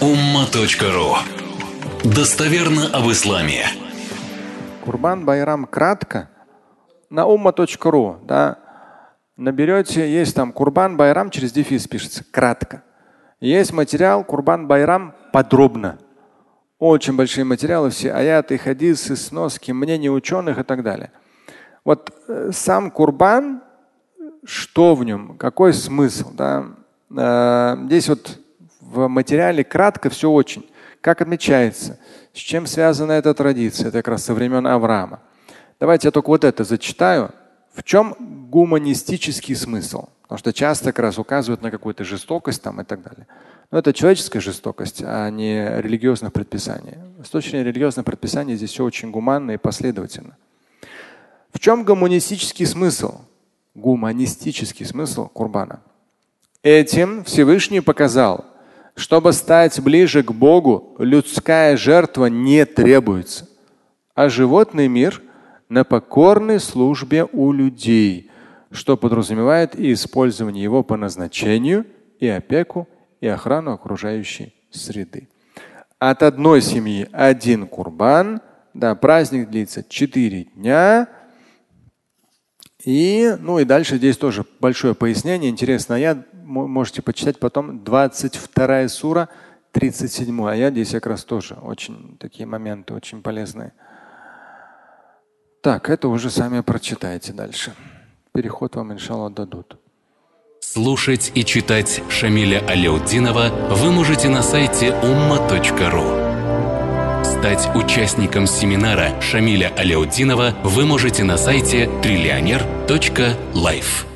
umma.ru. Достоверно об исламе. Курбан-байрам кратко на umma.ru, да, наберете, есть там Курбан-байрам через дефис пишется, кратко. Есть материал Курбан-байрам подробно. Очень большие материалы, все аяты, хадисы, сноски, мнения ученых и так далее. Вот сам Курбан, что в нем, какой смысл? Да? Здесь вот в материале кратко все очень. Как отмечается, с чем связана эта традиция? Это как раз со времен Авраама. Давайте я только вот это зачитаю. В чем гуманистический смысл? Потому что часто как раз указывают на какую-то жестокость там и так далее. Но это человеческая жестокость, а не религиозное предписание. С точки зрения религиозного предписания здесь все очень гуманно и последовательно. В чем гуманистический смысл? Гуманистический смысл Курбана. Этим Всевышний показал, чтобы стать ближе к Богу, людская жертва не требуется, а животный мир на покорной службе у людей, что подразумевает и использование его по назначению, и опеку, и охрану окружающей среды. От одной семьи один курбан, да, праздник длится 4 дня. И дальше здесь тоже большое пояснение. Интересно, аят можете почитать потом. 22 сура, 37 аят. Здесь как раз тоже очень такие моменты, очень полезные. Так, это уже сами прочитайте дальше. Переход вам, иншаллах, дадут. Слушать и читать Шамиля Аляутдинова вы можете на сайте umma.ru. Стать участником семинара Шамиля Аляутдинова вы можете на сайте trillioner.life.